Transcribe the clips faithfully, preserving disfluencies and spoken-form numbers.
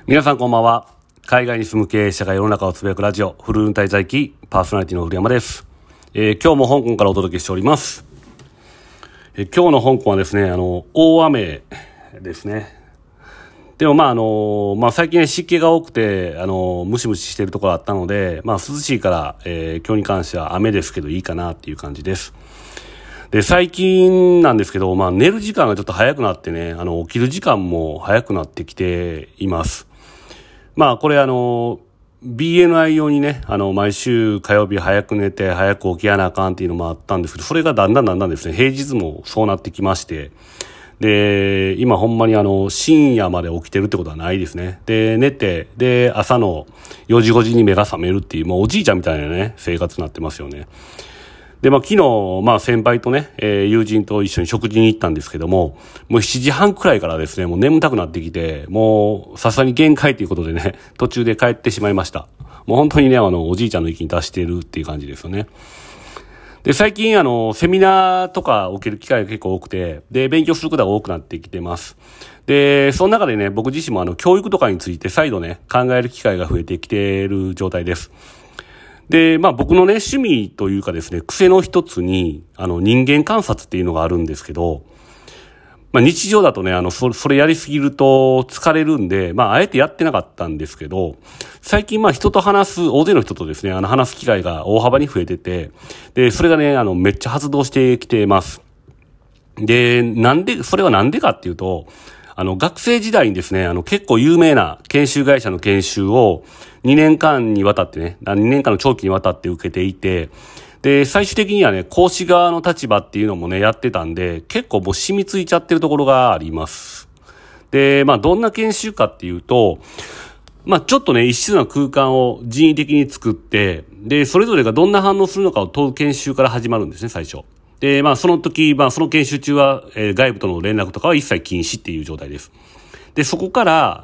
皆さんこんばんは。海外に住む経営者が世の中をつぶやくラジオフルーン滞在記パーソナリティの古山です。えー、今日も香港からお届けしております。えー、今日の香港はですね、あの大雨ですね。でもまああのまあ最近、ね、湿気が多くてあのムシムシしているところあったので、まあ涼しいから、えー、今日に関しては雨ですけどいいかなっていう感じです。で最近なんですけど、まあ寝る時間がちょっと早くなってね、あの起きる時間も早くなってきています。まあこれあの ビーエヌアイ 用にね、あの毎週火曜日早く寝て早く起きやなあかんっていうのもあったんですけど、それがだんだんだんだんですね、平日もそうなってきまして、で今ほんまにあの深夜まで起きてるってことはないですね。で寝て、で朝のよじごじに目が覚めるっていう、もうおじいちゃんみたいなね生活になってますよね。でまあ昨日、まあ先輩とね、えー、友人と一緒に食事に行ったんですけども、もうしちじはんくらいからですね、もう眠たくなってきて、もうさすがに限界ということでね、途中で帰ってしまいました。もう本当にね、あのおじいちゃんの域に達しているっていう感じですよね。で最近あのセミナーとか受ける機会が結構多くて、で勉強することが多くなってきてます。でその中でね、僕自身もあの教育とかについて再度ね考える機会が増えてきている状態です。で、まあ僕のね、趣味というかですね、癖の一つに、あの人間観察っていうのがあるんですけど、まあ日常だとね、あの、そ, それやりすぎると疲れるんで、まああえてやってなかったんですけど、最近まあ人と話す、大勢の人とですね、あの話す機会が大幅に増えてて、で、それがね、あの、めっちゃ発動してきてます。で、なんで、それはなんでかっていうと、あの、学生時代にですね、あの、結構有名な研修会社の研修をにねんかんにわたってね、にねんかんの長期にわたって受けていて、で、最終的にはね、講師側の立場っていうのもね、やってたんで、結構もう染みついちゃってるところがあります。で、まあ、どんな研修かっていうと、まあ、ちょっとね、一室の空間を人為的に作って、で、それぞれがどんな反応するのかを問う研修から始まるんですね、最初。で、まあ、その時、まあ、その研修中は、えー、外部との連絡とかは一切禁止っていう状態です。で、そこから、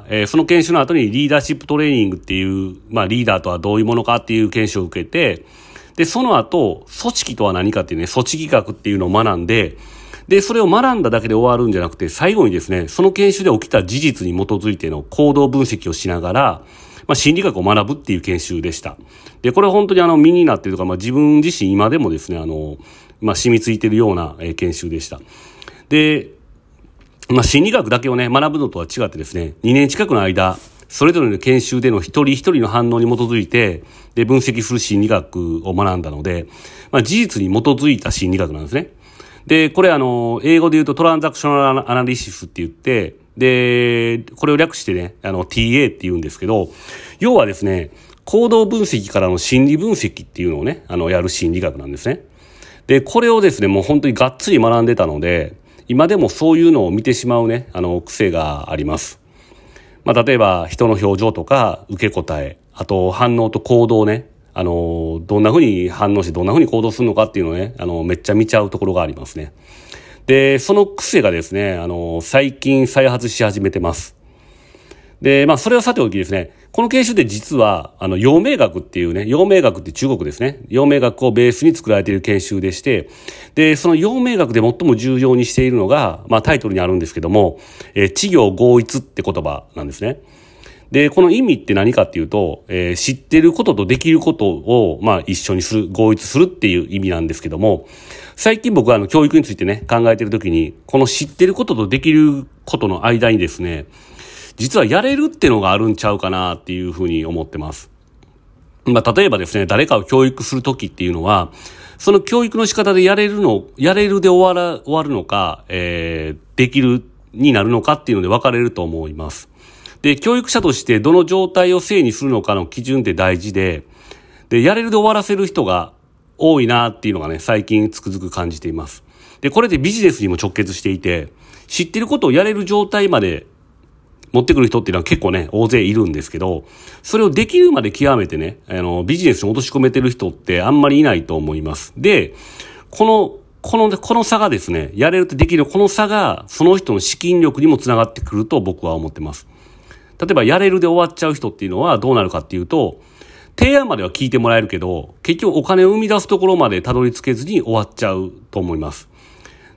えー、その研修の後にリーダーシップトレーニングっていう、まあ、リーダーとはどういうものかっていう研修を受けて、で、その後、組織とは何かっていうね、組織学っていうのを学んで、で、それを学んだだけで終わるんじゃなくて、最後にですね、その研修で起きた事実に基づいての行動分析をしながら、まあ、心理学を学ぶっていう研修でした。で、これは本当にあの、身になっているとか、まあ、自分自身今でもですね、あの、まあ、染みついているような、えー、研修でした。で、まあ、心理学だけをね、学ぶのとは違ってですね、にねん近くの間、それぞれの研修での一人一人の反応に基づいて、で、分析する心理学を学んだので、まあ、事実に基づいた心理学なんですね。で、これあの、英語で言うとトランザクショナルアナリシスって言って、で、これを略してね、あの、ティーエー って言うんですけど、要はですね、行動分析からの心理分析っていうのをね、あの、やる心理学なんですね。で、これをですね、もう本当にがっつり学んでたので、今でもそういうのを見てしまうね、あの、癖があります。まあ、例えば人の表情とか受け答え、あと反応と行動ね、あの、どんな風に反応してどんな風に行動するのかっていうのをね、あの、めっちゃ見ちゃうところがありますね。で、その癖がですね、あの、最近再発し始めてます。で、まあ、それはさておきですね、この研修で実は、あの、陽明学っていうね、陽明学って中国ですね。陽明学をベースに作られている研修でして、で、その陽明学で最も重要にしているのが、まあ、タイトルにあるんですけども、えー、知行合一って言葉なんですね。で、この意味って何かっていうと、えー、知ってることとできることを、まあ、一緒にする、合一するっていう意味なんですけども、最近僕はあの、教育についてね、考えているときに、この知ってることとできることの間にですね、実はやれるってのがあるんちゃうかなっていうふうに思ってます。まあ、例えばですね、誰かを教育するときっていうのは、その教育の仕方でやれるの、やれるで終わら、終わるのか、えー、できるになるのかっていうので分かれると思います。で、教育者としてどの状態を正にするのかの基準って大事で、で、やれるで終わらせる人が多いなっていうのがね、最近つくづく感じています。で、これでビジネスにも直結していて、知ってることをやれる状態まで持ってくる人っていうのは結構ね、大勢いるんですけど、それをできるまで極めてね、あの、ビジネスに落とし込めてる人ってあんまりいないと思います。で、この、この、この差がですね、やれるとできるこの差が、その人の資金力にもつながってくると僕は思ってます。例えば、やれるで終わっちゃう人っていうのはどうなるかっていうと、提案までは聞いてもらえるけど、結局お金を生み出すところまでたどり着けずに終わっちゃうと思います。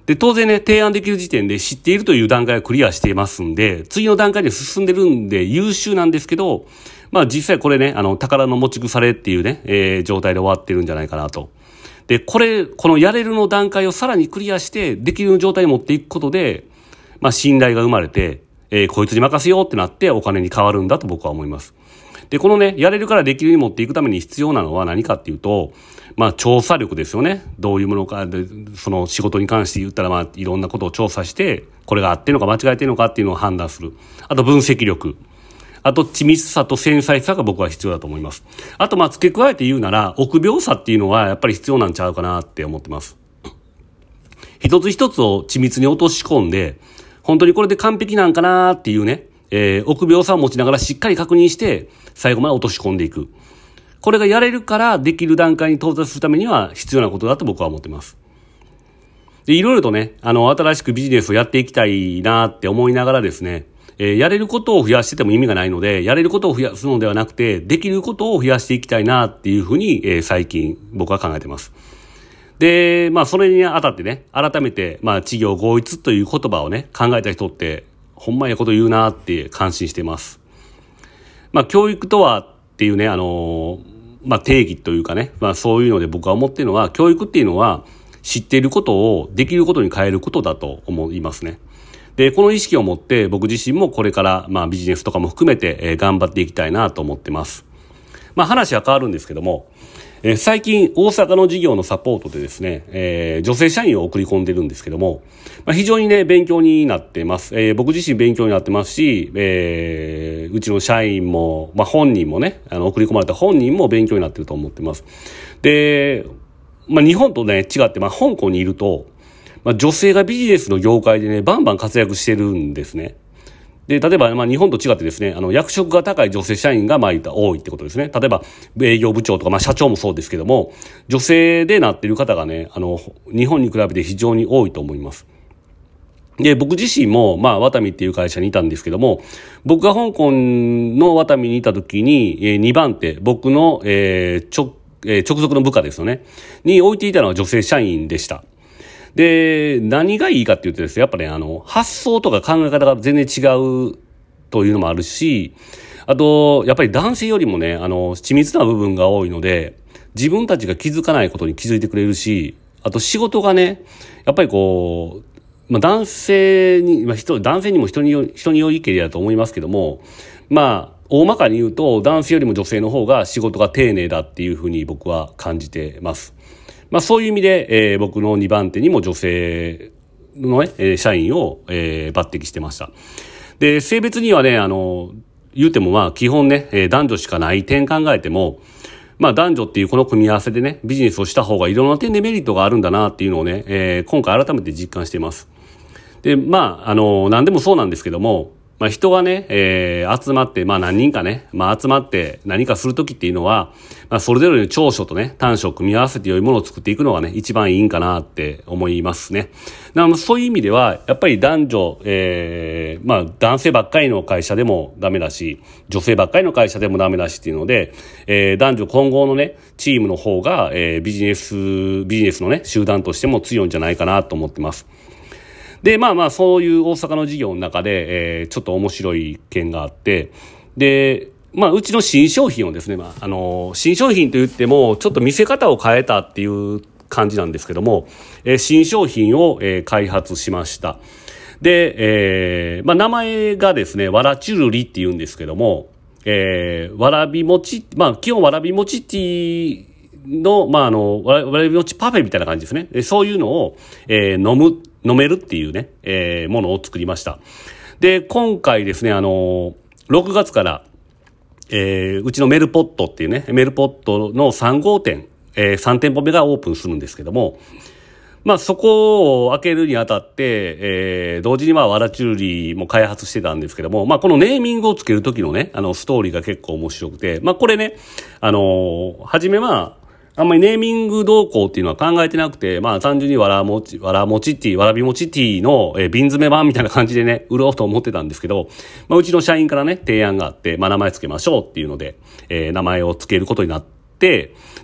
で、当然ね、提案できる時点で知っているという段階をクリアしていますんで、次の段階に進んでるんで優秀なんですけど、まあ実際これね、あの、宝の持ち腐れっていうね、えー、状態で終わってるんじゃないかなと。で、これ、このやれるの段階をさらにクリアして、できるの状態に持っていくことで、まあ信頼が生まれて、えー、こいつに任せようってなってお金に変わるんだと僕は思います。で、このね、やれるからできるに持っていくために必要なのは何かっていうと、まあ、調査力ですよね。どういうものかで、その仕事に関して言ったら、まあ、いろんなことを調査して、これが合ってるのか間違えてるのかっていうのを判断する。あと、分析力。あと、緻密さと繊細さが僕は必要だと思います。あと、まあ、付け加えて言うなら、臆病さっていうのはやっぱり必要なんちゃうかなって思ってます。一つ一つを緻密に落とし込んで、本当にこれで完璧なんかなっていうね、えー、臆病さを持ちながらしっかり確認して、最後まで落とし込んでいく。これがやれるからできる段階に到達するためには必要なことだと僕は思ってます。で、いろいろとね、あの、新しくビジネスをやっていきたいなって思いながらですね、えー、やれることを増やしてても意味がないので、やれることを増やすのではなくて、できることを増やしていきたいなっていうふうに、えー、最近僕は考えてます。で、まあ、それにあたってね、改めて、まあ、稚業合一という言葉をね、考えた人って、ほんまええこと言うなって感心しています。まあ、教育とはっていうね、あのー、まあ、定義というかね、まあ、そういうので僕は思っているのは、教育っていうのは知っていることをできることに変えることだと思いますね。で、この意識を持って僕自身もこれから、まあ、ビジネスとかも含めて、えー、頑張っていきたいなと思ってます。まあ、話は変わるんですけども、えー、最近大阪の事業のサポートでですね、えー、女性社員を送り込んでるんですけども、まあ、非常にね勉強になってます、えー、僕自身勉強になってますし、えー、うちの社員も、まあ、本人もねあの送り込まれた本人も勉強になってると思ってます。で、まあ、日本とね違って、まあ、香港にいると、まあ、女性がビジネスの業界でねバンバン活躍してるんですね。で、例えば、まあ、日本と違ってですね、あの、役職が高い女性社員が、まあ、多いってことですね。例えば、営業部長とか、まあ、社長もそうですけども、女性でなっている方がね、あの、日本に比べて非常に多いと思います。で、僕自身も、まあ、ワタミっていう会社にいたんですけども、僕が香港のワタミにいた時に、えー、にばん手、僕の、えー、直、えー、直属の部下ですよね、に置いていたのは女性社員でした。で、何がいいかって言うとですね、やっぱね、あの、発想とか考え方が全然違うというのもあるし、あと、やっぱり男性よりもね、あの、緻密な部分が多いので、自分たちが気づかないことに気づいてくれるし、あと仕事がね、やっぱりこう、まあ男性に、まあ人、男性にも人により、人によりけりだと思いますけども、まあ、大まかに言うと、男性よりも女性の方が仕事が丁寧だっていうふうに僕は感じてます。まあそういう意味で、えー、僕のにばん手にも女性のね、えー、社員を、えー、抜擢してました。で、性別にはね、あの、言うてもまあ基本ね、えー、男女しかない点考えても、まあ男女っていうこの組み合わせでね、ビジネスをした方がいろんな点でメリットがあるんだなっていうのをね、えー、今回改めて実感しています。で、まあ、あの、何でもそうなんですけども、まあ人がね、えー、集まって、まあ何人かね、まあ集まって何かするときっていうのは、まあそれぞれの長所とね、短所を組み合わせて良いものを作っていくのがね、一番いいんかなって思いますね。なのでそういう意味では、やっぱり男女、えー、まあ男性ばっかりの会社でもダメだし、女性ばっかりの会社でもダメだしっていうので、えー、男女混合のね、チームの方が、えー、ビジネス、ビジネスのね、集団としても強いんじゃないかなと思ってます。で、まあまあ、そういう大阪の事業の中で、えー、ちょっと面白い件があって、で、まあ、うちの新商品をですね、まあ、あの、新商品と言っても、ちょっと見せ方を変えたっていう感じなんですけども、えー、新商品を、えー、開発しました。で、えー、まあ、名前がですね、わらちゅるりって言うんですけども、えー、わらび餅、まあ、基本わらび餅ティーの、まあ、あの、わらび餅パフェみたいな感じですね。そういうのを、えー、飲む、飲めるっていうね、えー、ものを作りました。で、今回ですね、あの、ろくがつから、えー、うちのメルポットっていうね、メルポットのさん号店、えー、さん店舗目がオープンするんですけども、まあそこを開けるにあたって、えー、同時にまあわらちゅるりも開発してたんですけども、まあこのネーミングをつける時のね、あのストーリーが結構面白くて、まあこれね、あのー、はじめまあ、あんまりネーミング動向っていうのは考えてなくて、まあ単純にわらもち、わらもちティー、わらびもちティーの、えー、瓶詰め版みたいな感じでね、売ろうと思ってたんですけど、まあうちの社員からね、提案があって、まあ名前つけましょうっていうので、えー、名前をつけることになって、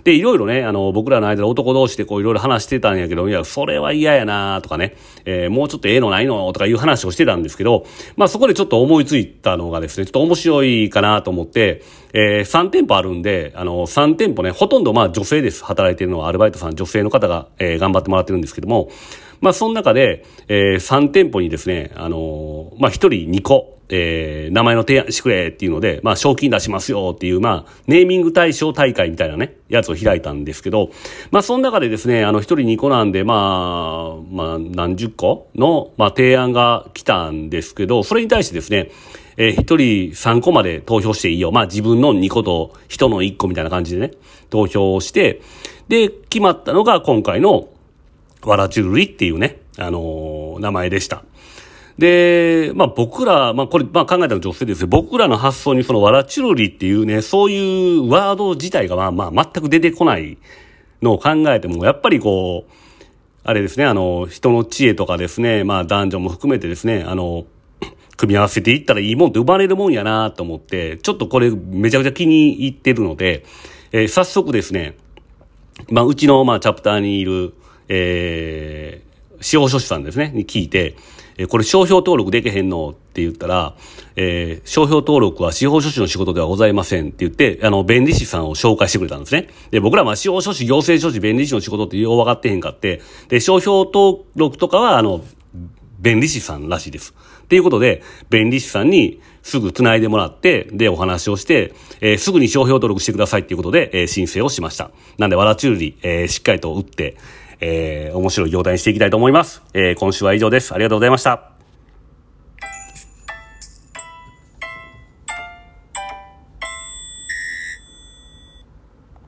で、いろいろね、あの、僕らの間で男同士でこういろいろ話してたんやけど、いや、それは嫌やなとかね、えー、もうちょっとええのないのとかいう話をしてたんですけど、まあそこでちょっと思いついたのがですね、ちょっと面白いかなと思って、えー、さん店舗あるんで、あの、さん店舗ね、ほとんどまあ女性です。働いてるのはアルバイトさん、女性の方が、えー、頑張ってもらってるんですけども、まあその中で、えー、さん店舗にですね、あのー、まあひとりにこ、えー、名前の提案してくれっていうので、まあ賞金出しますよっていう、まあネーミング大賞大会みたいなね、やつを開いたんですけど、まあその中でですね、あのひとりにこなんで、まあ、まあ何十個の、まあ提案が来たんですけど、それに対してですね、えー、一人さんこまで投票していいよ。まあ自分のにこと人のいっこみたいな感じでね、投票して、で、決まったのが今回のわらちゅるりっていうね、あのー、名前でした。で、まあ僕ら、まあこれ、まあ考えたの女性ですよ。僕らの発想にそのわらちゅるりっていうね、そういうワード自体がまあまあ全く出てこないのを考えても、やっぱりこう、あれですね、あの、人の知恵とかですね、まあ男女も含めてですね、あの、組み合わせていったらいいもんって生まれるもんやなと思って、ちょっとこれめちゃくちゃ気に入ってるので、えー、早速ですね、まあうちのまあチャプターにいる、えー、司法書士さんですね、に聞いて、えー、これ商標登録できへんのって言ったら、えー、商標登録は司法書士の仕事ではございませんって言って、あの、弁理士さんを紹介してくれたんですね。で、僕らは司法書士、行政書士、弁理士の仕事ってよう分かってへんかって、で、商標登録とかは、あの、弁理士さんらしいです。っていうことで、弁理士さんにすぐ繋いでもらって、で、お話をして、えー、すぐに商標登録してくださいっていうことで、えー、申請をしました。なんで、わらちゅるり、えー、しっかりと打って、えー、面白い業態にしていきたいと思います。えー、今週は以上です。ありがとうございました。